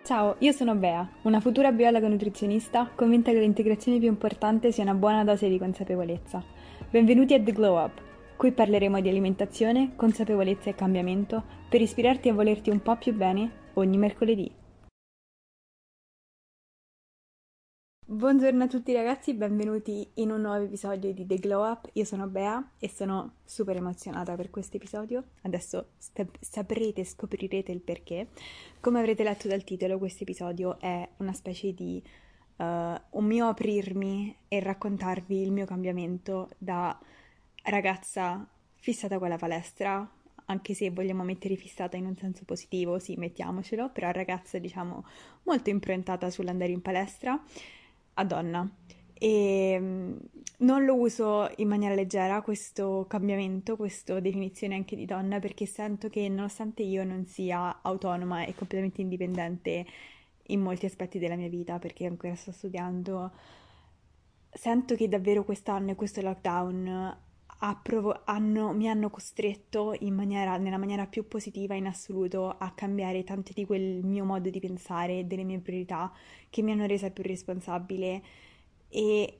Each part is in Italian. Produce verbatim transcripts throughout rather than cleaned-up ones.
Ciao, io sono Bea, una futura biologa nutrizionista convinta che l'integrazione più importante sia una buona dose di consapevolezza. Benvenuti a The Glow Up. Qui parleremo di alimentazione, consapevolezza e cambiamento per ispirarti a volerti un po' più bene ogni mercoledì. Buongiorno a tutti ragazzi, benvenuti in un nuovo episodio di The Glow Up. Io sono Bea e sono super emozionata per questo episodio. Adesso sta- saprete, scoprirete il perché. Come avrete letto dal titolo, questo episodio è una specie di uh, un mio aprirmi e raccontarvi il mio cambiamento da ragazza fissata con la palestra, anche se vogliamo mettere fissata in un senso positivo, sì, mettiamocelo, però ragazza diciamo molto improntata sull'andare in palestra a donna. E mm, non lo uso in maniera leggera questo cambiamento, questa definizione anche di donna, perché sento che nonostante io non sia autonoma e completamente indipendente in molti aspetti della mia vita, perché ancora sto studiando, sento che davvero quest'anno e questo lockdown ha provo- hanno- mi hanno costretto in maniera, nella maniera più positiva in assoluto a cambiare tanto di quel mio modo di pensare, delle mie priorità, che mi hanno resa più responsabile e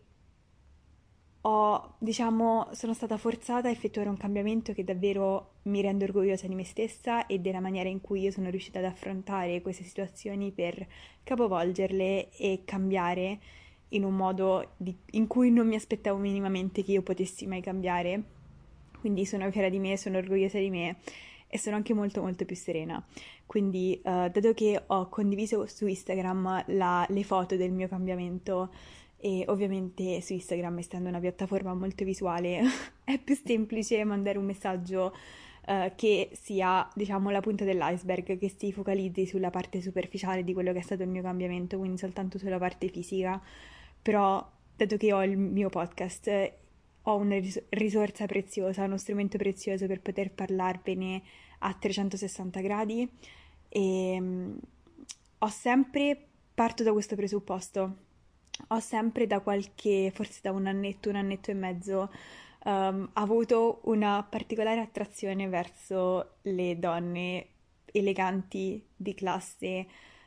ho, diciamo, sono stata forzata a effettuare un cambiamento che davvero mi rende orgogliosa di me stessa e della maniera in cui io sono riuscita ad affrontare queste situazioni per capovolgerle e cambiare in un modo di- in cui non mi aspettavo minimamente che io potessi mai cambiare. Quindi sono fiera di me, sono orgogliosa di me e sono anche molto molto più serena. Quindi, eh, dato che ho condiviso su Instagram la- le foto del mio cambiamento e ovviamente su Instagram, essendo una piattaforma molto visuale, è più semplice mandare un messaggio eh, che sia, diciamo, la punta dell'iceberg, che si focalizzi sulla parte superficiale di quello che è stato il mio cambiamento, quindi soltanto sulla parte fisica. Però, dato che ho il mio podcast, eh, ho una ris- risorsa preziosa, uno strumento prezioso per poter parlarvene a trecentosessanta gradi e mm, ho sempre, parto da questo presupposto, ho sempre da qualche, forse da un annetto, un annetto e mezzo, ehm, avuto una particolare attrazione verso le donne eleganti di classe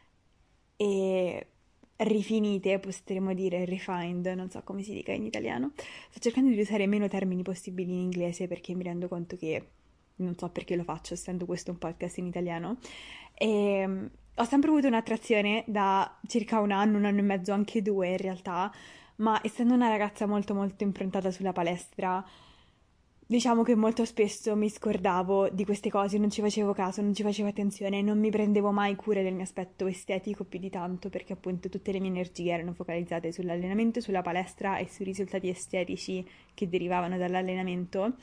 e rifinite, potremmo dire refined, non so come si dica in italiano. Sto cercando di usare meno termini possibili in inglese perché mi rendo conto che non so perché lo faccio, essendo questo un podcast in italiano. E, mm, ho sempre avuto un'attrazione da circa un anno, un anno e mezzo, anche due in realtà, ma essendo una ragazza molto molto improntata sulla palestra, diciamo che molto spesso mi scordavo di queste cose, non ci facevo caso, non ci facevo attenzione, non mi prendevo mai cura del mio aspetto estetico più di tanto perché appunto tutte le mie energie erano focalizzate sull'allenamento, sulla palestra e sui risultati estetici che derivavano dall'allenamento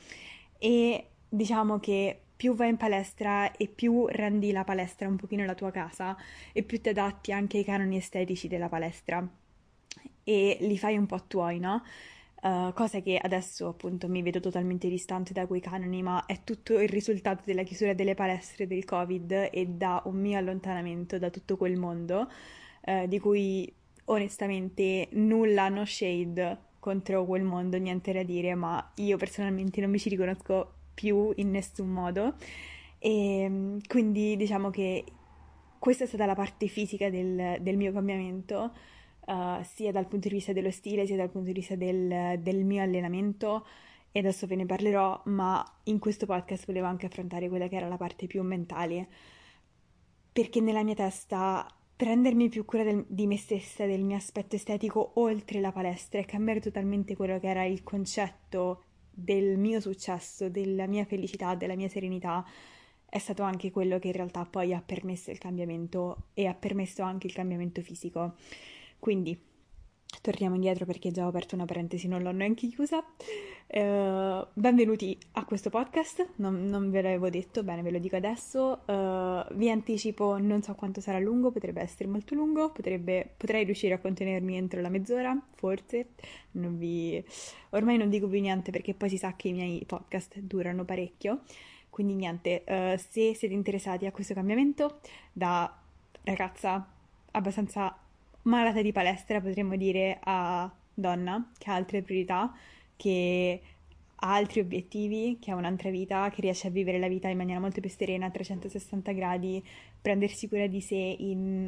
e diciamo che più vai in palestra e più rendi la palestra un pochino la tua casa e più ti adatti anche ai canoni estetici della palestra e li fai un po' tuoi, no? Uh, cosa che adesso appunto mi vedo totalmente distante da quei canoni, ma è tutto il risultato della chiusura delle palestre del Covid e da un mio allontanamento da tutto quel mondo, eh, di cui onestamente nulla, no shade contro quel mondo, niente da dire, ma io personalmente non mi ci riconosco più in nessun modo. E mm, quindi diciamo che questa è stata la parte fisica del, del mio cambiamento, uh, sia dal punto di vista dello stile, sia dal punto di vista del, del mio allenamento. E adesso ve ne parlerò, ma in questo podcast volevo anche affrontare quella che era la parte più mentale, perché nella mia testa prendermi più cura del- di me stessa, del mio aspetto estetico oltre la palestra e cambiare totalmente quello che era il concetto del mio successo, della mia felicità, della mia serenità, è stato anche quello che in realtà poi ha permesso il cambiamento e ha permesso anche il cambiamento fisico. Quindi torniamo indietro perché già ho aperto una parentesi, non l'ho neanche chiusa. Eh, benvenuti a questo podcast, non, non ve l'avevo detto, bene, ve lo dico adesso. Eh, vi anticipo, non so quanto sarà lungo, potrebbe essere molto lungo, potrebbe, potrei riuscire a contenermi entro la mezz'ora, forse. Non vi... Ormai non dico più niente perché poi si sa che i miei podcast durano parecchio. Quindi niente, eh, se siete interessati a questo cambiamento, da ragazza abbastanza malata di palestra, potremmo dire, a donna che ha altre priorità, che ha altri obiettivi, che ha un'altra vita, che riesce a vivere la vita in maniera molto più serena, a trecentosessanta gradi, prendersi cura di sé in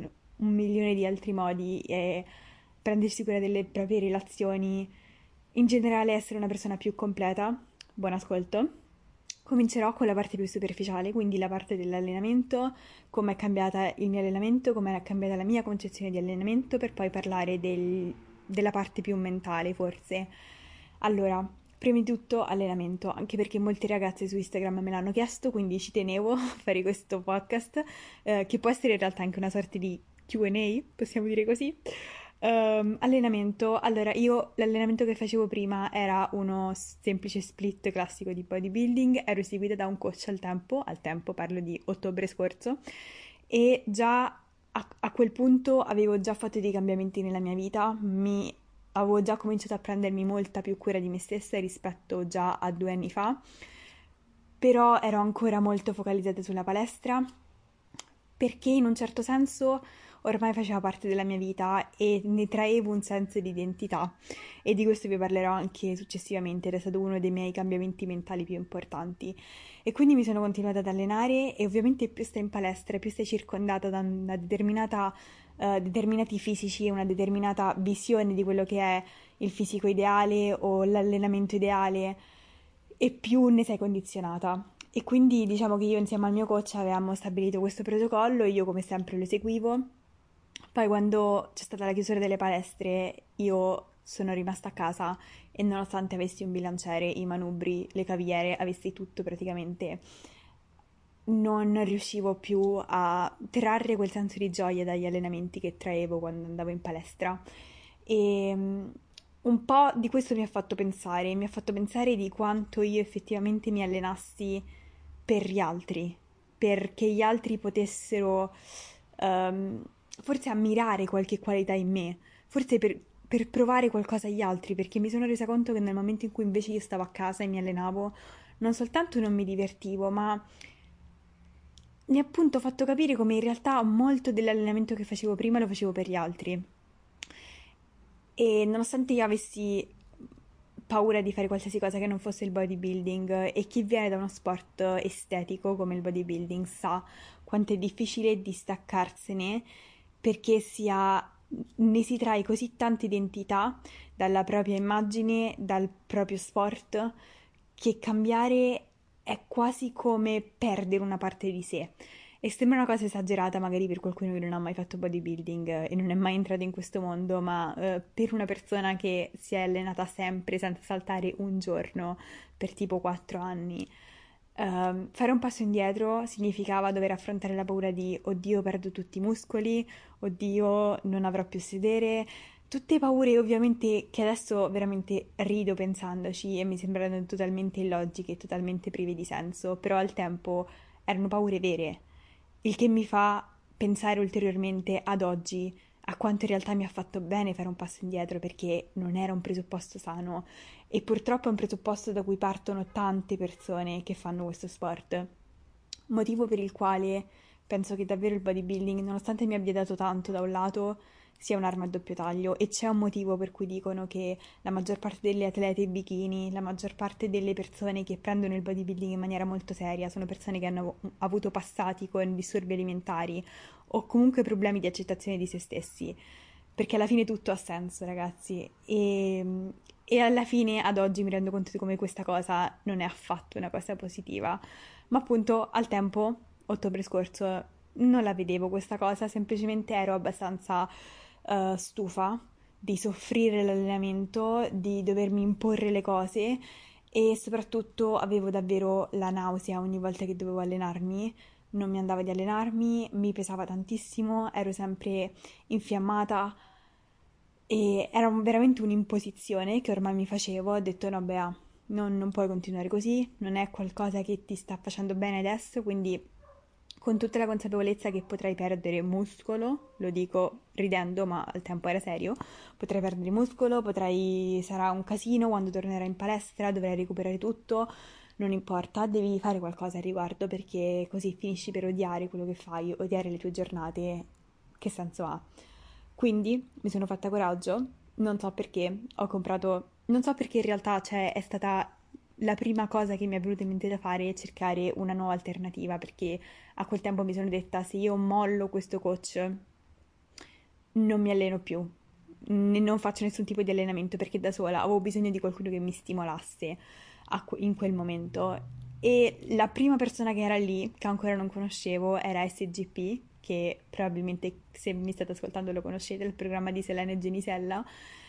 un milione di altri modi e prendersi cura delle proprie relazioni, in generale essere una persona più completa. Buon ascolto. Comincerò con la parte più superficiale, quindi la parte dell'allenamento, come è cambiata il mio allenamento, come è cambiata la mia concezione di allenamento, per poi parlare del- della parte più mentale, forse. Allora, prima di tutto allenamento, anche perché molte ragazze su Instagram me l'hanno chiesto, quindi ci tenevo a fare questo podcast, eh, che può essere in realtà anche una sorta di Q and A, possiamo dire così. Ehm, allenamento, allora io l'allenamento che facevo prima era uno semplice split classico di bodybuilding, ero seguita da un coach al tempo, al tempo parlo di ottobre scorso, e già a, a quel punto avevo già fatto dei cambiamenti nella mia vita, mi, avevo già cominciato a prendermi molta più cura di me stessa rispetto già a due anni fa, però ero ancora molto focalizzata sulla palestra perché in un certo senso ormai faceva parte della mia vita e ne traevo un senso di identità e di questo vi parlerò anche successivamente ed è stato uno dei miei cambiamenti mentali più importanti e quindi mi sono continuata ad allenare e ovviamente più stai in palestra, più stai circondata da una determinata, eh, determinati fisici e una determinata visione di quello che è il fisico ideale o l'allenamento ideale e più ne sei condizionata. E quindi diciamo che io insieme al mio coach avevamo stabilito questo protocollo, io come sempre lo seguivo. Poi quando c'è stata la chiusura delle palestre, io sono rimasta a casa e nonostante avessi un bilanciere, i manubri, le caviere, avessi tutto praticamente, non riuscivo più a trarre quel senso di gioia dagli allenamenti che traevo quando andavo in palestra. E mm, un po' di questo mi ha fatto pensare, mi ha fatto pensare di quanto io effettivamente mi allenassi per gli altri, perché gli altri potessero ehm, forse ammirare qualche qualità in me, forse per, per provare qualcosa agli altri, perché mi sono resa conto che nel momento in cui invece io stavo a casa e mi allenavo, non soltanto non mi divertivo, ma mi ha appunto fatto capire come in realtà molto dell'allenamento che facevo prima lo facevo per gli altri. E nonostante io avessi paura di fare qualsiasi cosa che non fosse il bodybuilding e chi viene da uno sport estetico come il bodybuilding sa quanto è difficile distaccarsene perché si ha, ne si trae così tanta identità dalla propria immagine, dal proprio sport, che cambiare è quasi come perdere una parte di sé. E sembra una cosa esagerata magari per qualcuno che non ha mai fatto bodybuilding eh, e non è mai entrato in questo mondo, ma eh, per una persona che si è allenata sempre senza saltare un giorno per tipo quattro anni, ehm, fare un passo indietro significava dover affrontare la paura di oddio perdo tutti i muscoli, oddio non avrò più sedere, tutte paure ovviamente che adesso veramente rido pensandoci e mi sembrano totalmente illogiche e totalmente prive di senso, però al tempo erano paure vere, il che mi fa pensare ulteriormente ad oggi a quanto in realtà mi ha fatto bene fare un passo indietro perché non era un presupposto sano e purtroppo è un presupposto da cui partono tante persone che fanno questo sport. Motivo per il quale penso che davvero il bodybuilding, nonostante mi abbia dato tanto da un lato, sia un'arma a doppio taglio e c'è un motivo per cui dicono che la maggior parte delle atlete bikini, la maggior parte delle persone che prendono il bodybuilding in maniera molto seria sono persone che hanno avuto passati con disturbi alimentari o comunque problemi di accettazione di se stessi, perché alla fine tutto ha senso, ragazzi, e, e alla fine ad oggi mi rendo conto di come questa cosa non è affatto una cosa positiva, ma appunto al tempo, ottobre scorso, non la vedevo questa cosa, semplicemente ero abbastanza eh, stufa di soffrire l'allenamento, di dovermi imporre le cose e soprattutto avevo davvero la nausea ogni volta che dovevo allenarmi, non mi andava di allenarmi, mi pesava tantissimo, ero sempre infiammata e era un- veramente un'imposizione che ormai mi facevo, ho detto no Bea, non, non puoi continuare così, non è qualcosa che ti sta facendo bene adesso, quindi con tutta la consapevolezza che potrai perdere muscolo, lo dico ridendo ma al tempo era serio, potrai perdere muscolo, potrai, sarà un casino quando tornerai in palestra, dovrai recuperare tutto, non importa, devi fare qualcosa al riguardo perché così finisci per odiare quello che fai, odiare le tue giornate, che senso ha? Quindi mi sono fatta coraggio, non so perché, ho comprato, non so perché in realtà cioè, è stata la prima cosa che mi è venuta in mente da fare è cercare una nuova alternativa, perché a quel tempo mi sono detta se io mollo questo coach non mi alleno più, N- non faccio nessun tipo di allenamento perché da sola avevo bisogno di qualcuno che mi stimolasse a que- in quel momento. E la prima persona che era lì, che ancora non conoscevo, era S G P, che probabilmente se mi state ascoltando lo conoscete, il programma di Selena e Genisella,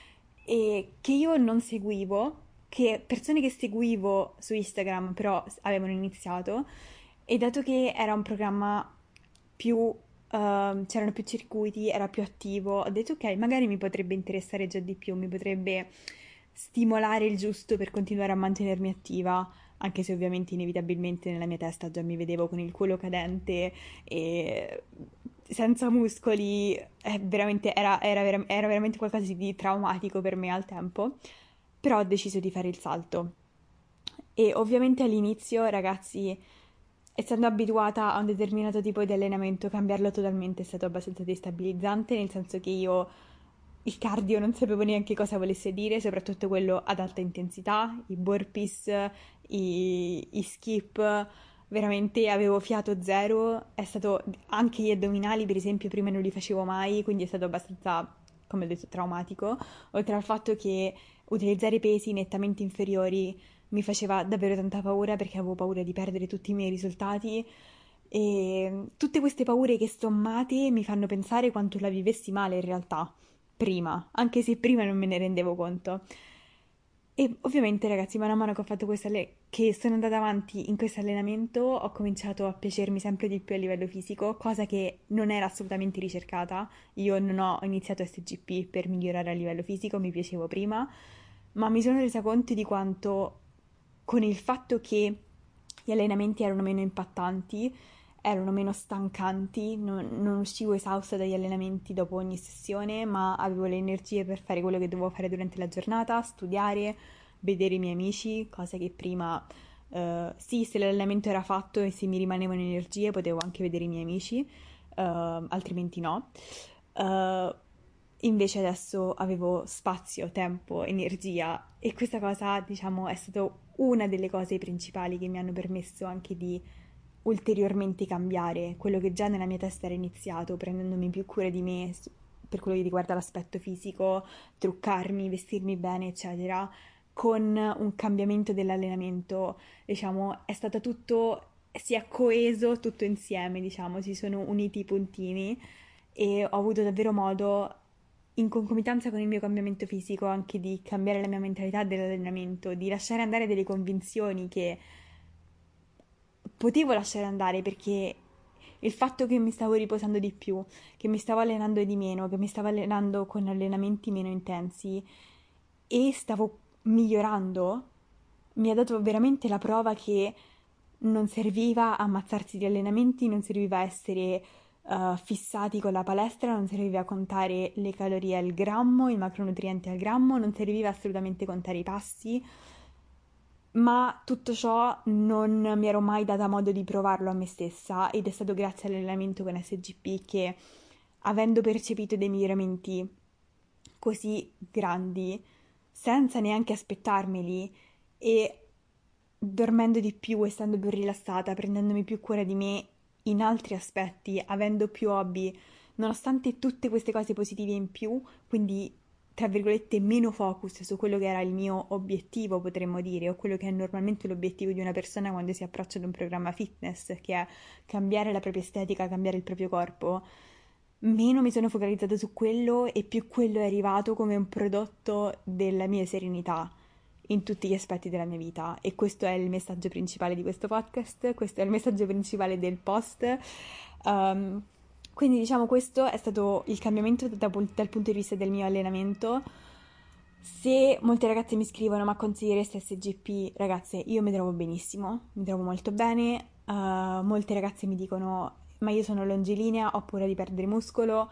e che io non seguivo, che persone che seguivo su Instagram però avevano iniziato, e dato che era un programma più, ehm, c'erano più circuiti, era più attivo, ho detto ok, magari mi potrebbe interessare già di più, mi potrebbe stimolare il giusto per continuare a mantenermi attiva, anche se ovviamente inevitabilmente nella mia testa già mi vedevo con il culo cadente e senza muscoli, è veramente, era, era vera- era veramente qualcosa di traumatico per me al tempo, però ho deciso di fare il salto. E ovviamente all'inizio, ragazzi, essendo abituata a un determinato tipo di allenamento, cambiarlo totalmente è stato abbastanza destabilizzante, nel senso che io il cardio non sapevo neanche cosa volesse dire, soprattutto quello ad alta intensità, i burpees, i, i skip, veramente avevo fiato zero, è stato anche gli addominali, per esempio, prima non li facevo mai, quindi è stato abbastanza, come ho detto, traumatico, oltre al fatto che utilizzare pesi nettamente inferiori mi faceva davvero tanta paura perché avevo paura di perdere tutti i miei risultati e tutte queste paure che sommate mi fanno pensare quanto la vivessi male in realtà, prima, anche se prima non me ne rendevo conto. E ovviamente, ragazzi, man mano che ho fatto questo alle- che sono andata avanti in questo allenamento, ho cominciato a piacermi sempre di più a livello fisico, cosa che non era assolutamente ricercata. Io non ho iniziato S G P per migliorare a livello fisico, mi piacevo prima, ma mi sono resa conto di quanto con il fatto che gli allenamenti erano meno impattanti, erano meno stancanti, non, non uscivo esausta dagli allenamenti dopo ogni sessione, ma avevo le energie per fare quello che dovevo fare durante la giornata, studiare, vedere i miei amici, cosa che prima, eh, sì, se l'allenamento era fatto e se mi rimanevano energie potevo anche vedere i miei amici, eh, altrimenti no. Eh, Invece adesso avevo spazio, tempo, energia e questa cosa, diciamo, è stata una delle cose principali che mi hanno permesso anche di ulteriormente cambiare quello che già nella mia testa era iniziato, prendendomi più cura di me s- per quello che riguarda l'aspetto fisico, truccarmi, vestirmi bene, eccetera, con un cambiamento dell'allenamento, diciamo, è stato tutto, si è coeso tutto insieme, diciamo, si sono uniti i puntini e ho avuto davvero modo, in concomitanza con il mio cambiamento fisico, anche di cambiare la mia mentalità dell'allenamento, di lasciare andare delle convinzioni che potevo lasciare andare perché il fatto che mi stavo riposando di più, che mi stavo allenando di meno, che mi stavo allenando con allenamenti meno intensi e stavo migliorando, mi ha dato veramente la prova che non serviva ammazzarsi di allenamenti, non serviva essere eh, fissati con la palestra, non serviva contare le calorie al grammo, i macronutrienti al grammo, non serviva assolutamente contare i passi, ma tutto ciò non mi ero mai data modo di provarlo a me stessa ed è stato grazie all'allenamento con S G P che, avendo percepito dei miglioramenti così grandi, senza neanche aspettarmeli e dormendo di più, essendo più rilassata, prendendomi più cura di me in altri aspetti, avendo più hobby, nonostante tutte queste cose positive in più, quindi tra virgolette meno focus su quello che era il mio obiettivo, potremmo dire, o quello che è normalmente l'obiettivo di una persona quando si approccia ad un programma fitness, che è cambiare la propria estetica, cambiare il proprio corpo. Meno mi sono focalizzata su quello e più quello è arrivato come un prodotto della mia serenità in tutti gli aspetti della mia vita e questo è il messaggio principale di questo podcast, questo è il messaggio principale del post. Um, quindi diciamo questo è stato il cambiamento da- dal punto di vista del mio allenamento. Se molte ragazze mi scrivono ma consiglieresti S G P, ragazze, io mi trovo benissimo, mi trovo molto bene. Uh, molte ragazze mi dicono ma io sono longilinea, ho paura di perdere muscolo.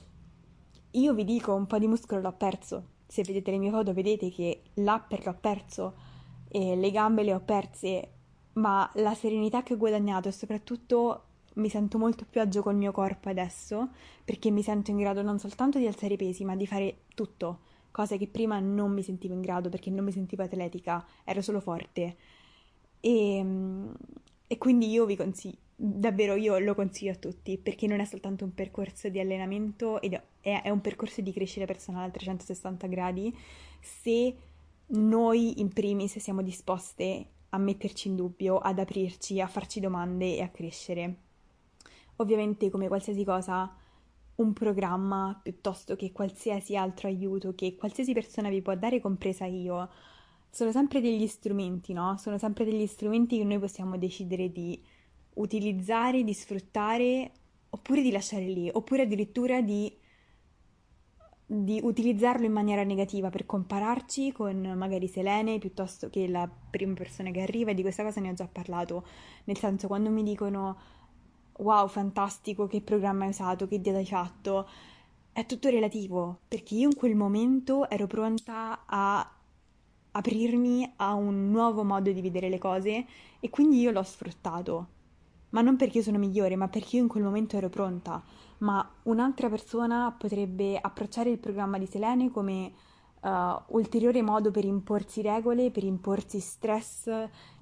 Io vi dico, un po' di muscolo l'ho perso. Se vedete le mie foto vedete che l'upper l'ho perso e le gambe le ho perse, ma la serenità che ho guadagnato e soprattutto mi sento molto più a agio col mio corpo adesso, perché mi sento in grado non soltanto di alzare i pesi, ma di fare tutto, cosa che prima non mi sentivo in grado perché non mi sentivo atletica, ero solo forte. E, e quindi io vi consiglio, davvero io lo consiglio a tutti perché non è soltanto un percorso di allenamento ed è, è un percorso di crescita personale a trecentosessanta gradi se noi in primis siamo disposte a metterci in dubbio, ad aprirci, a farci domande e a crescere. Ovviamente, come qualsiasi cosa, un programma piuttosto che qualsiasi altro aiuto che qualsiasi persona vi può dare, compresa io, sono sempre degli strumenti, no? Sono sempre degli strumenti che noi possiamo decidere di utilizzare, di sfruttare, oppure di lasciare lì, oppure addirittura di, di utilizzarlo in maniera negativa per compararci con magari Selene piuttosto che la prima persona che arriva, e di questa cosa ne ho già parlato, nel senso quando mi dicono wow, fantastico, che programma hai usato, che dieta hai fatto, è tutto relativo, perché io in quel momento ero pronta a aprirmi a un nuovo modo di vedere le cose e quindi io l'ho sfruttato. Ma non perché io sono migliore, ma perché io in quel momento ero pronta. Ma un'altra persona potrebbe approcciare il programma di Selene come uh, ulteriore modo per imporsi regole, per imporsi stress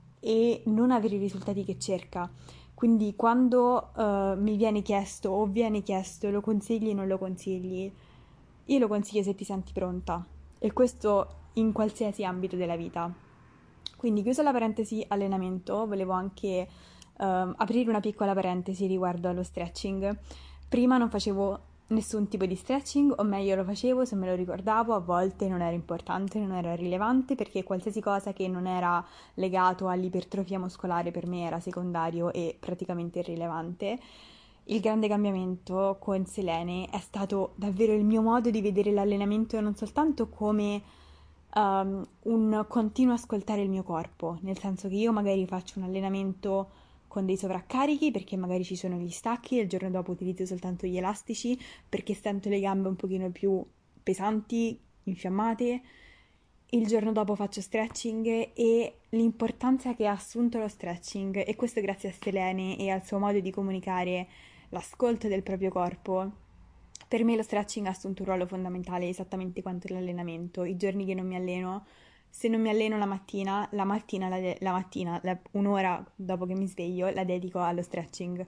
e non avere i risultati che cerca. Quindi quando uh, mi viene chiesto o viene chiesto lo consigli o non lo consigli, io lo consiglio se ti senti pronta. E questo in qualsiasi ambito della vita. Quindi chiusa la parentesi allenamento, volevo anche ehm, aprire una piccola parentesi riguardo allo stretching. Prima non facevo nessun tipo di stretching, o meglio lo facevo se me lo ricordavo, a volte non era importante, non era rilevante, perché qualsiasi cosa che non era legato all'ipertrofia muscolare per me era secondario e praticamente irrilevante. Il grande cambiamento con Selene è stato davvero il mio modo di vedere l'allenamento non soltanto come um, un continuo ascoltare il mio corpo, nel senso che io magari faccio un allenamento con dei sovraccarichi perché magari ci sono gli stacchi e il giorno dopo utilizzo soltanto gli elastici perché sento le gambe un pochino più pesanti, infiammate. Il giorno dopo faccio stretching e l'importanza che ha assunto lo stretching, e questo grazie a Selene e al suo modo di comunicare l'ascolto del proprio corpo. Per me lo stretching ha assunto un ruolo fondamentale esattamente quanto l'allenamento. I giorni che non mi alleno, se non mi alleno la mattina, la mattina, la, de- la mattina la- un'ora dopo che mi sveglio, la dedico allo stretching.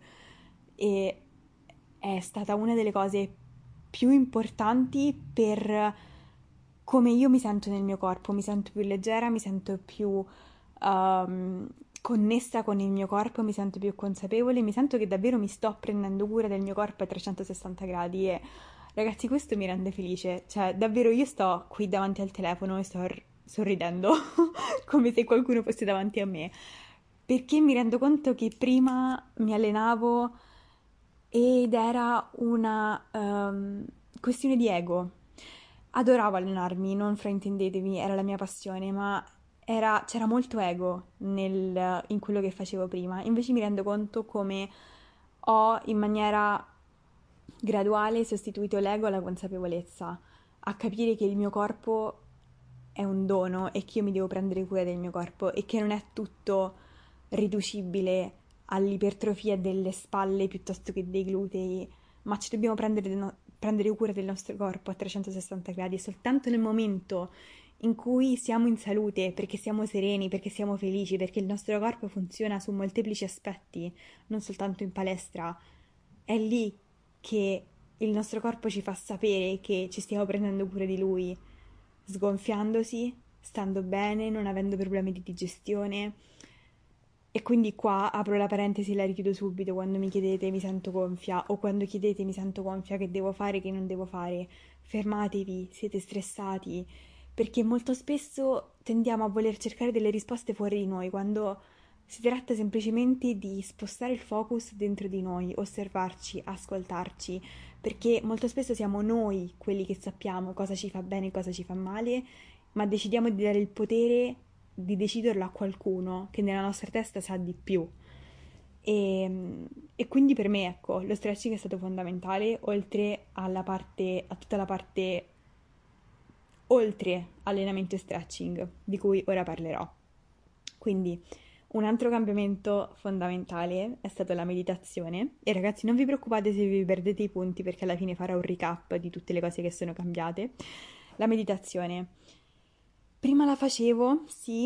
E è stata una delle cose più importanti per come io mi sento nel mio corpo. Mi sento più leggera, mi sento più um, connessa con il mio corpo, mi sento più consapevole, mi sento che davvero mi sto prendendo cura del mio corpo a trecentosessanta gradi e ragazzi questo mi rende felice, cioè davvero io sto qui davanti al telefono e sto r- sorridendo come se qualcuno fosse davanti a me, perché mi rendo conto che prima mi allenavo ed era una ehm, questione di ego. Adoravo allenarmi, non fraintendetemi, era la mia passione, ma era- c'era molto ego nel- in quello che facevo prima. Invece mi rendo conto come ho in maniera graduale sostituito l'ego alla consapevolezza, a capire che il mio corpo è un dono e che io mi devo prendere cura del mio corpo e che non è tutto riducibile all'ipertrofia delle spalle piuttosto che dei glutei, ma ci dobbiamo prendere, del no- prendere cura del nostro corpo a trecentosessanta gradi e soltanto nel momento in cui siamo in salute, perché siamo sereni, perché siamo felici, perché il nostro corpo funziona su molteplici aspetti, non soltanto in palestra, è lì che il nostro corpo ci fa sapere che ci stiamo prendendo cura di lui, sgonfiandosi, stando bene, non avendo problemi di digestione. E quindi qua apro la parentesi e la richiudo subito quando mi chiedete mi sento gonfia o quando chiedete mi sento gonfia, che devo fare, che non devo fare. Fermatevi, siete stressati, perché molto spesso tendiamo a voler cercare delle risposte fuori di noi, quando si tratta semplicemente di spostare il focus dentro di noi, osservarci, ascoltarci, perché molto spesso siamo noi quelli che sappiamo cosa ci fa bene e cosa ci fa male, ma decidiamo di dare il potere di deciderlo a qualcuno che nella nostra testa sa di più. E, e quindi per me, ecco, lo stretching è stato fondamentale, oltre alla parte, a tutta la parte oltre allenamento e stretching, di cui ora parlerò. Quindi, un altro cambiamento fondamentale è stata la meditazione. E ragazzi, non vi preoccupate se vi perdete i punti, perché alla fine farò un recap di tutte le cose che sono cambiate. La meditazione. Prima la facevo, sì,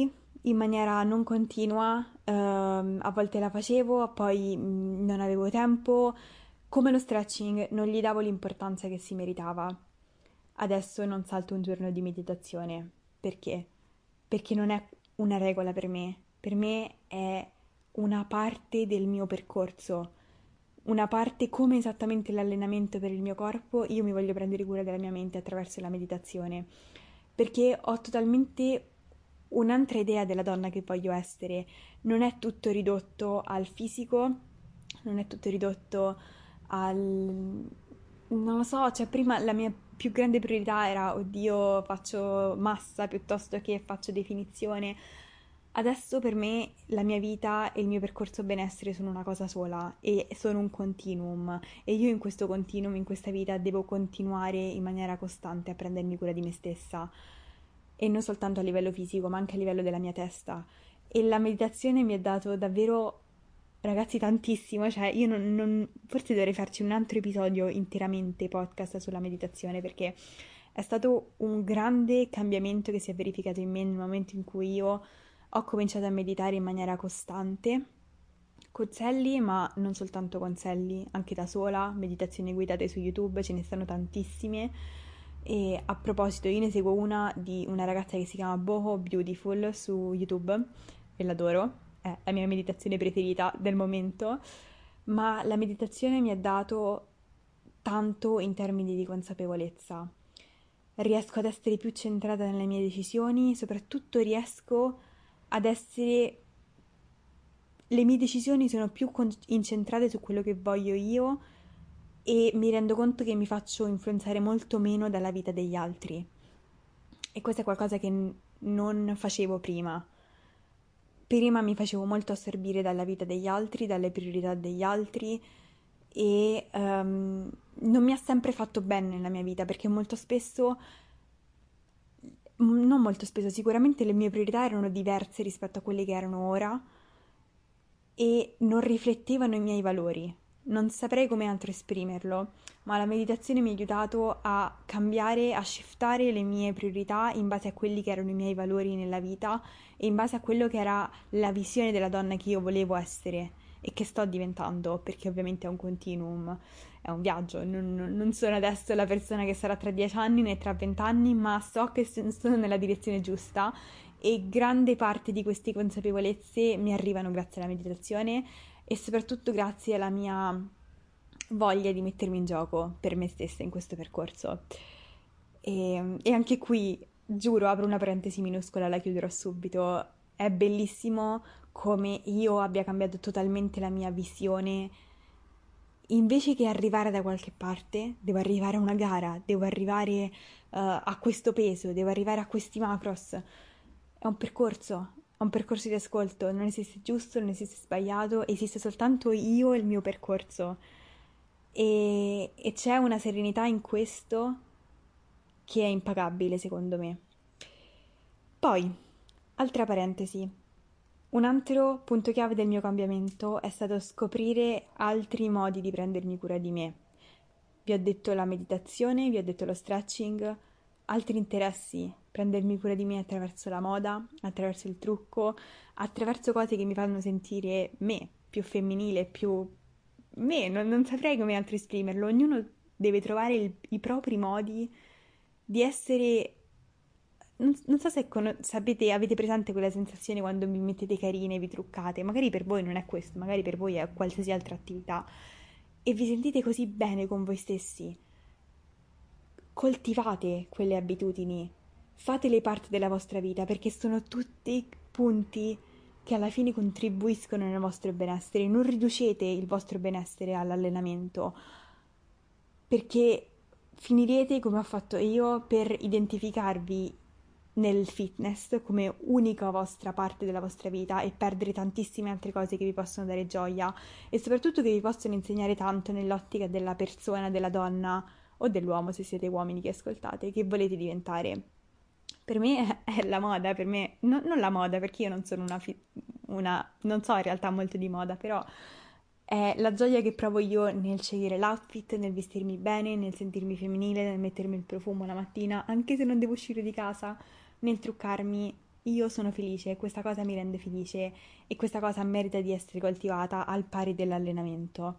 in maniera non continua, ehm, a volte la facevo, poi mh, non avevo tempo. Come lo stretching non gli davo l'importanza che si meritava. Adesso non salto un giorno di meditazione. Perché? Perché non è una regola per me. Per me è una parte del mio percorso, una parte come esattamente l'allenamento per il mio corpo. Io mi voglio prendere cura della mia mente attraverso la meditazione, perché ho totalmente un'altra idea della donna che voglio essere. Non è tutto ridotto al fisico, non è tutto ridotto al... non lo so, cioè prima la mia più grande priorità era, oddio, faccio massa piuttosto che faccio definizione. Adesso per me la mia vita e il mio percorso benessere sono una cosa sola e sono un continuum, e io in questo continuum, in questa vita, devo continuare in maniera costante a prendermi cura di me stessa, e non soltanto a livello fisico, ma anche a livello della mia testa. E la meditazione mi ha dato davvero, ragazzi, tantissimo. Cioè io non, non- forse dovrei farci un altro episodio interamente podcast sulla meditazione, perché è stato un grande cambiamento che si è verificato in me nel momento in cui io ho cominciato a meditare in maniera costante, con Selly, ma non soltanto con Selly, anche da sola, meditazioni guidate su YouTube, ce ne stanno tantissime. E a proposito, io ne seguo una di una ragazza che si chiama Boho Beautiful su YouTube e l'adoro, è la mia meditazione preferita del momento, ma la meditazione mi ha dato tanto in termini di consapevolezza. Riesco ad essere più centrata nelle mie decisioni, soprattutto riesco ad essere... le mie decisioni sono più con- incentrate su quello che voglio io, e mi rendo conto che mi faccio influenzare molto meno dalla vita degli altri. E questo è qualcosa che n- non facevo prima. Prima mi facevo molto assorbire dalla vita degli altri, dalle priorità degli altri, e ehm, non mi ha sempre fatto bene nella mia vita, perché molto spesso, non molto spesso, sicuramente le mie priorità erano diverse rispetto a quelle che erano ora e non riflettevano i miei valori. Non saprei come altro esprimerlo, ma la meditazione mi ha aiutato a cambiare, a shiftare le mie priorità in base a quelli che erano i miei valori nella vita e in base a quello che era la visione della donna che io volevo essere e che sto diventando, perché ovviamente è un continuum, è un viaggio. Non, non- non sono adesso la persona che sarà tra dieci anni né tra venti anni, ma so che sono nella direzione giusta, e grande parte di queste consapevolezze mi arrivano grazie alla meditazione e soprattutto grazie alla mia voglia di mettermi in gioco per me stessa in questo percorso. E, e anche qui, giuro, apro una parentesi minuscola, la chiuderò subito. È bellissimo come io abbia cambiato totalmente la mia visione. Invece che arrivare da qualche parte, devo arrivare a una gara, devo arrivare eh, a questo peso, devo arrivare a questi macros. È un percorso, è un percorso di ascolto, non esiste giusto, non esiste sbagliato, esiste soltanto io e il mio percorso. E, e c'è una serenità in questo che è impagabile, secondo me. Poi, altra parentesi, un altro punto chiave del mio cambiamento è stato scoprire altri modi di prendermi cura di me. Vi ho detto la meditazione, vi ho detto lo stretching, altri interessi, prendermi cura di me attraverso la moda, attraverso il trucco, attraverso cose che mi fanno sentire me, più femminile, più me, non, non saprei come altro esprimerlo. Ognuno deve trovare il- i propri modi di essere. Non, non so se cono- sapete, avete presente quella sensazione quando vi mettete carine, vi truccate. Magari per voi non è questo, magari per voi è qualsiasi altra attività, e vi sentite così bene con voi stessi. Coltivate quelle abitudini, fatele parte della vostra vita, perché sono tutti punti che alla fine contribuiscono nel vostro benessere. Non riducete il vostro benessere all'allenamento, perché finirete come ho fatto io per identificarvi nel fitness come unica vostra parte della vostra vita e perdere tantissime altre cose che vi possono dare gioia e soprattutto che vi possono insegnare tanto nell'ottica della persona, della donna o dell'uomo, se siete uomini che ascoltate, che volete diventare. Per me è la moda, per me, no- non la moda, perché io non sono una, fi- una, non so in realtà molto di moda, però è la gioia che provo io nel scegliere l'outfit, nel vestirmi bene, nel sentirmi femminile, nel mettermi il profumo la mattina, anche se non devo uscire di casa, nel truccarmi. io sono felice, questa cosa mi rende felice e questa cosa merita di essere coltivata al pari dell'allenamento.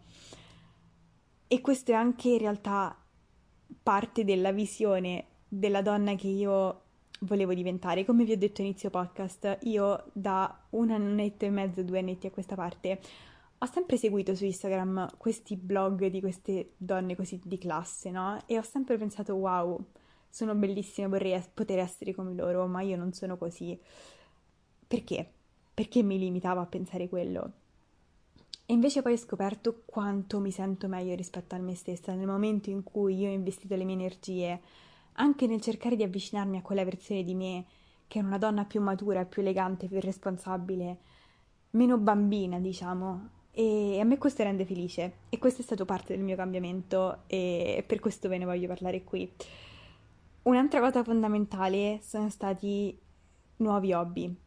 E questo è anche in realtà parte della visione della donna che io volevo diventare. Come vi ho detto inizio podcast, io da un annetto e mezzo, due annetti a questa parte, ho sempre seguito su Instagram questi blog di queste donne così di classe, no? E ho sempre pensato, wow, sono bellissime, vorrei poter essere come loro, ma io non sono così. Perché? Perché mi limitavo a pensare quello? E invece poi ho scoperto quanto mi sento meglio rispetto a me stessa nel momento in cui io ho investito le mie energie anche nel cercare di avvicinarmi a quella versione di me che è una donna più matura, più elegante, più responsabile, meno bambina, diciamo. E a me questo rende felice e questo è stato parte del mio cambiamento e per questo ve ne voglio parlare qui. Un'altra cosa fondamentale sono stati nuovi hobby.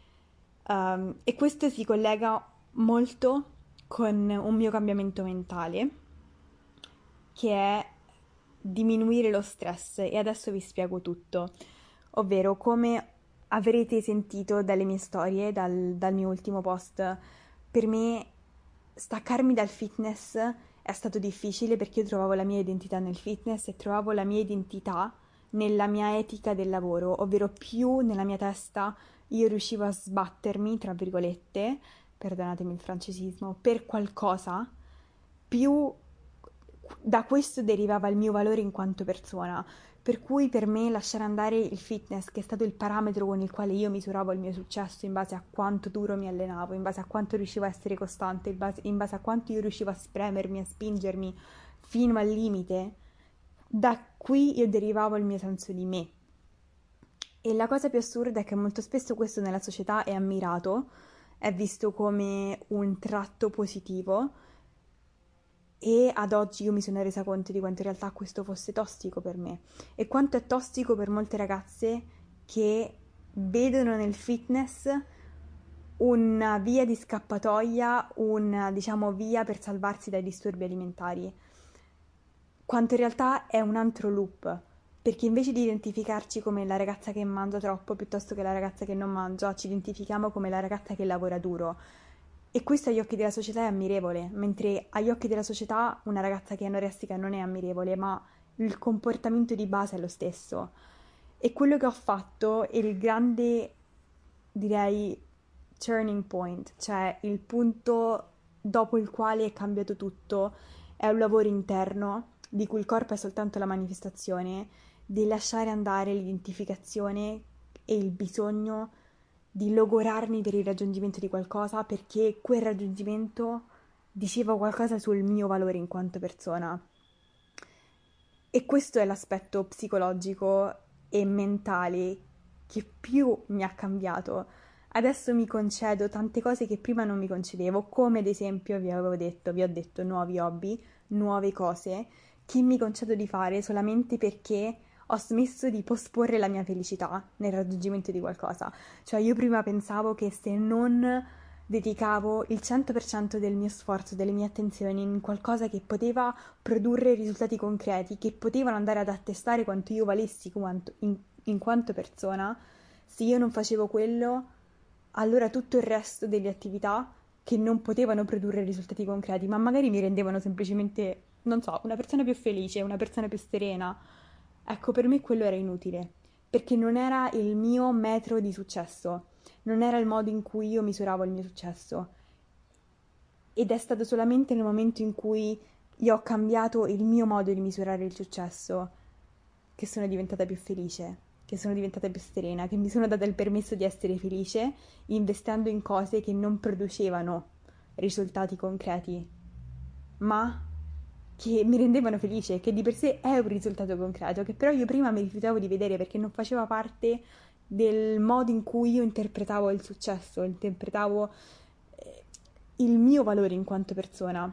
Um, e questo si collega molto con un mio cambiamento mentale, che è diminuire lo stress. E adesso vi spiego tutto. Ovvero, come avrete sentito dalle mie storie, dal, dal mio ultimo post, per me staccarmi dal fitness è stato difficile perché io trovavo la mia identità nel fitness e trovavo la mia identità nella mia etica del lavoro, ovvero più nella mia testa io riuscivo a sbattermi, tra virgolette, perdonatemi il francesismo, per qualcosa, più da questo derivava il mio valore in quanto persona. Per cui per me lasciare andare il fitness, che è stato il parametro con il quale io misuravo il mio successo in base a quanto duro mi allenavo, in base a quanto riuscivo a essere costante, in base, in base a quanto io riuscivo a spremermi, a spingermi fino al limite, da qui io derivavo il mio senso di me. E la cosa più assurda è che molto spesso questo nella società è ammirato, è visto come un tratto positivo e ad oggi io mi sono resa conto di quanto in realtà questo fosse tossico per me e quanto è tossico per molte ragazze che vedono nel fitness una via di scappatoia, una diciamo via per salvarsi dai disturbi alimentari, quanto in realtà è un altro loop, perché invece di identificarci come la ragazza che mangia troppo piuttosto che la ragazza che non mangia, ci identifichiamo come la ragazza che lavora duro. E questo agli occhi della società è ammirevole, mentre agli occhi della società una ragazza che è anorestica non è ammirevole, ma il comportamento di base è lo stesso. E quello che ho fatto è il grande, direi, turning point, cioè il punto dopo il quale è cambiato tutto, è un lavoro interno di cui il corpo è soltanto la manifestazione, di lasciare andare l'identificazione e il bisogno di logorarmi per il raggiungimento di qualcosa perché quel raggiungimento diceva qualcosa sul mio valore in quanto persona. E questo è l'aspetto psicologico e mentale che più mi ha cambiato. Adesso mi concedo tante cose che prima non mi concedevo, come ad esempio vi avevo detto, vi ho detto nuovi hobby, nuove cose che mi concedo di fare solamente perché ho smesso di posporre la mia felicità nel raggiungimento di qualcosa. Cioè io prima pensavo che se non dedicavo il cento per cento del mio sforzo, delle mie attenzioni in qualcosa che poteva produrre risultati concreti, che potevano andare ad attestare quanto io valessi quanto, in, in quanto persona, se io non facevo quello, allora tutto il resto delle attività che non potevano produrre risultati concreti, ma magari mi rendevano semplicemente, non so, una persona più felice, una persona più serena. Ecco, per me quello era inutile, perché non era il mio metro di successo, non era il modo in cui io misuravo il mio successo. Ed è stato solamente nel momento in cui io ho cambiato il mio modo di misurare il successo che sono diventata più felice, che sono diventata più serena, che mi sono data il permesso di essere felice investendo in cose che non producevano risultati concreti, ma che mi rendevano felice, che di per sé è un risultato concreto, che però io prima mi rifiutavo di vedere perché non faceva parte del modo in cui io interpretavo il successo, interpretavo eh, il mio valore in quanto persona.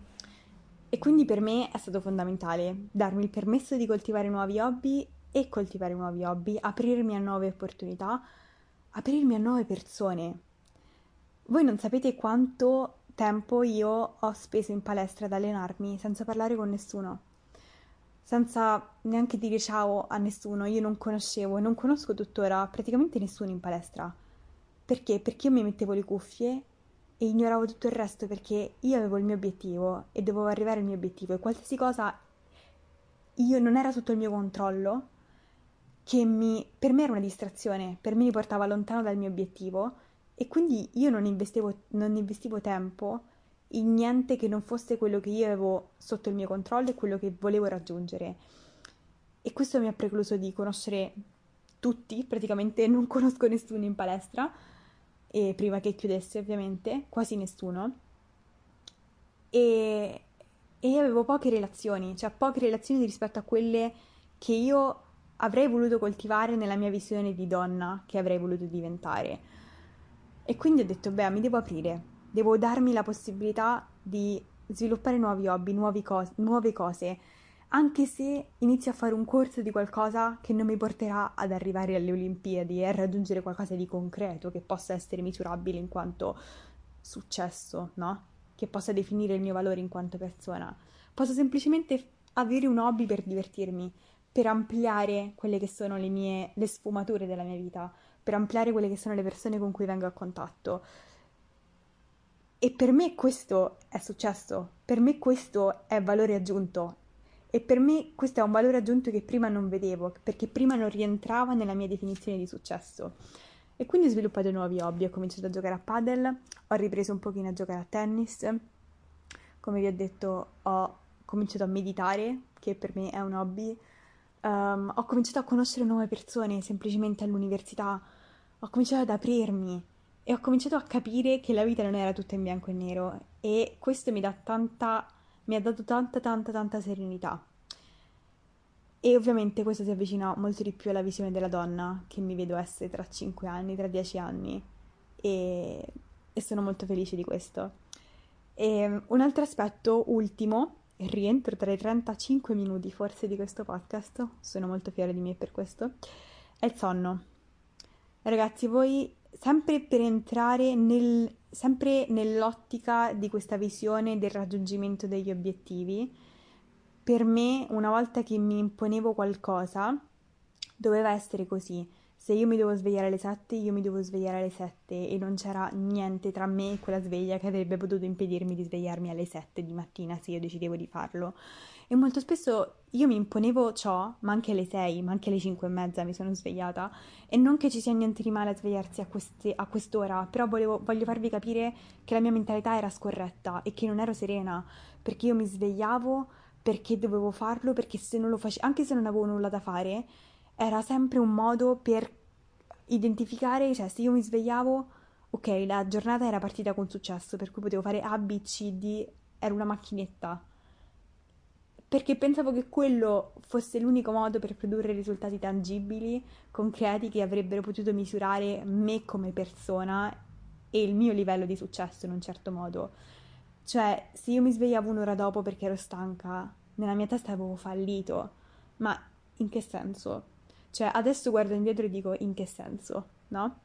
E quindi per me è stato fondamentale darmi il permesso di coltivare nuovi hobby e coltivare nuovi hobby, aprirmi a nuove opportunità, aprirmi a nuove persone. Voi non sapete quanto tempo io ho speso in palestra ad allenarmi senza parlare con nessuno, senza neanche dire ciao a nessuno. Io non conoscevo e non conosco tuttora praticamente nessuno in palestra. Perché? Perché io mi mettevo le cuffie e ignoravo tutto il resto perché io avevo il mio obiettivo e dovevo arrivare al mio obiettivo e qualsiasi cosa io non era sotto il mio controllo, che mi, per me era una distrazione, per me mi portava lontano dal mio obiettivo e quindi io non investivo, non investivo tempo in niente che non fosse quello che io avevo sotto il mio controllo e quello che volevo raggiungere. E questo mi ha precluso di conoscere tutti, praticamente non conosco nessuno in palestra, e prima che chiudesse ovviamente, quasi nessuno. E, e io avevo poche relazioni, cioè poche relazioni rispetto a quelle che io avrei voluto coltivare nella mia visione di donna che avrei voluto diventare. E quindi ho detto, beh, mi devo aprire, devo darmi la possibilità di sviluppare nuovi hobby, nuovi cos- nuove cose, anche se inizio a fare un corso di qualcosa che non mi porterà ad arrivare alle Olimpiadi e a raggiungere qualcosa di concreto che possa essere misurabile in quanto successo, no? Che possa definire il mio valore in quanto persona. Posso semplicemente avere un hobby per divertirmi, per ampliare quelle che sono le mie, le sfumature della mia vita, per ampliare quelle che sono le persone con cui vengo a contatto. E per me questo è successo, per me questo è valore aggiunto. E per me questo è un valore aggiunto che prima non vedevo, perché prima non rientrava nella mia definizione di successo. E quindi ho sviluppato nuovi hobby, ho cominciato a giocare a padel, ho ripreso un pochino a giocare a tennis, come vi ho detto ho cominciato a meditare, che per me è un hobby. Um, ho cominciato a conoscere nuove persone semplicemente all'università, ho cominciato ad aprirmi e ho cominciato a capire che la vita non era tutta in bianco e nero e questo mi dà tanta, mi ha dato tanta tanta tanta serenità. E ovviamente questo si avvicina molto di più alla visione della donna che mi vedo essere tra cinque anni, tra dieci anni e, e sono molto felice di questo. E un altro aspetto ultimo, e rientro tra i trentacinque minuti forse di questo podcast, sono molto fiera di me per questo, è il sonno. Ragazzi, voi sempre per entrare nel, sempre nell'ottica di questa visione del raggiungimento degli obiettivi, per me, una volta che mi imponevo qualcosa, doveva essere così. Se io mi devo svegliare alle sette, io mi devo svegliare alle sette e non c'era niente tra me e quella sveglia che avrebbe potuto impedirmi di svegliarmi alle sette di mattina se io decidevo di farlo. E molto spesso io mi imponevo ciò, ma anche alle sei, ma anche alle cinque e mezza mi sono svegliata. E non che ci sia niente di male a svegliarsi a, queste- a quest'ora, però volevo, voglio farvi capire che la mia mentalità era scorretta e che non ero serena, perché io mi svegliavo perché dovevo farlo, perché se non lo facevo, anche se non avevo nulla da fare, era sempre un modo per identificare, cioè se io mi svegliavo, ok, la giornata era partita con successo, per cui potevo fare A, B, C, D, ero una macchinetta. Perché pensavo che quello fosse l'unico modo per produrre risultati tangibili, concreti, che avrebbero potuto misurare me come persona e il mio livello di successo in un certo modo. Cioè, se io mi svegliavo un'ora dopo perché ero stanca, nella mia testa avevo fallito. Ma in che senso? Cioè, adesso guardo indietro e dico in che senso, no?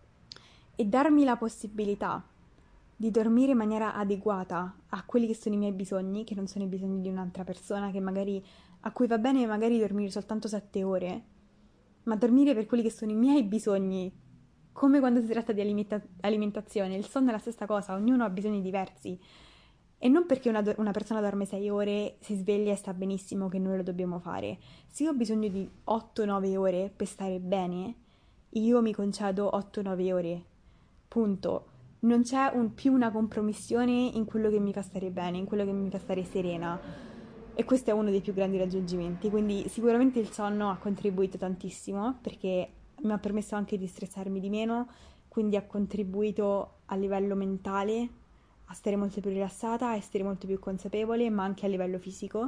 E darmi la possibilità di dormire in maniera adeguata a quelli che sono i miei bisogni, che non sono i bisogni di un'altra persona, che magari a cui va bene magari dormire soltanto sette ore, ma dormire per quelli che sono i miei bisogni, come quando si tratta di alimenta- alimentazione, il sonno è la stessa cosa, ognuno ha bisogni diversi. E non perché una, do- una persona dorme sei ore, si sveglia e sta benissimo che noi lo dobbiamo fare. Se io ho bisogno di otto nove ore per stare bene, io mi concedo otto nove ore. Punto. Non c'è un- più una compromissione in quello che mi fa stare bene, in quello che mi fa stare serena. E questo è uno dei più grandi raggiungimenti. Quindi sicuramente il sonno ha contribuito tantissimo perché mi ha permesso anche di stressarmi di meno, quindi ha contribuito a livello mentale a stare molto più rilassata, a essere molto più consapevole, ma anche a livello fisico.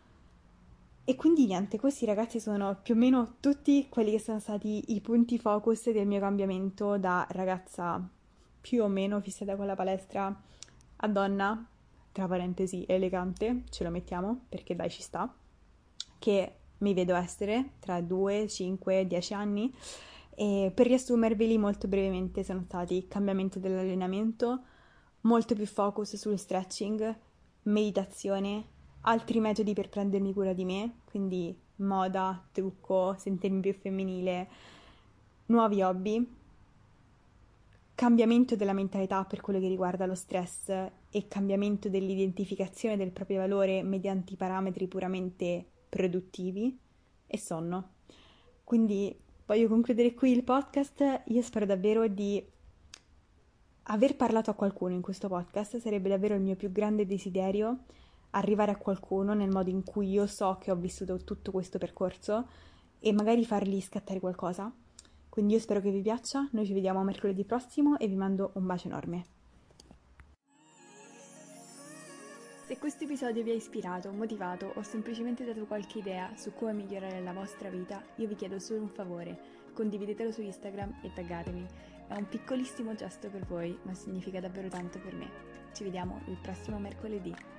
E quindi niente, questi ragazzi sono più o meno tutti quelli che sono stati i punti focus del mio cambiamento da ragazza più o meno fissata con la palestra a donna, tra parentesi elegante, ce lo mettiamo perché dai ci sta, che mi vedo essere tra due, cinque, dieci anni. E per riassumerveli molto brevemente sono stati cambiamento dell'allenamento, molto più focus sullo stretching, meditazione, altri metodi per prendermi cura di me, quindi moda, trucco, sentirmi più femminile, nuovi hobby, cambiamento della mentalità per quello che riguarda lo stress e cambiamento dell'identificazione del proprio valore mediante i parametri puramente produttivi e sonno. Quindi voglio concludere qui il podcast. Io spero davvero di aver parlato a qualcuno in questo podcast, sarebbe davvero il mio più grande desiderio arrivare a qualcuno nel modo in cui io so che ho vissuto tutto questo percorso e magari fargli scattare qualcosa. Quindi io spero che vi piaccia, noi ci vediamo mercoledì prossimo e vi mando un bacio enorme. Se questo episodio vi ha ispirato, motivato o semplicemente dato qualche idea su come migliorare la vostra vita, io vi chiedo solo un favore: condividetelo su Instagram e taggatemi. È un piccolissimo gesto per voi, ma significa davvero tanto per me. Ci vediamo il prossimo mercoledì.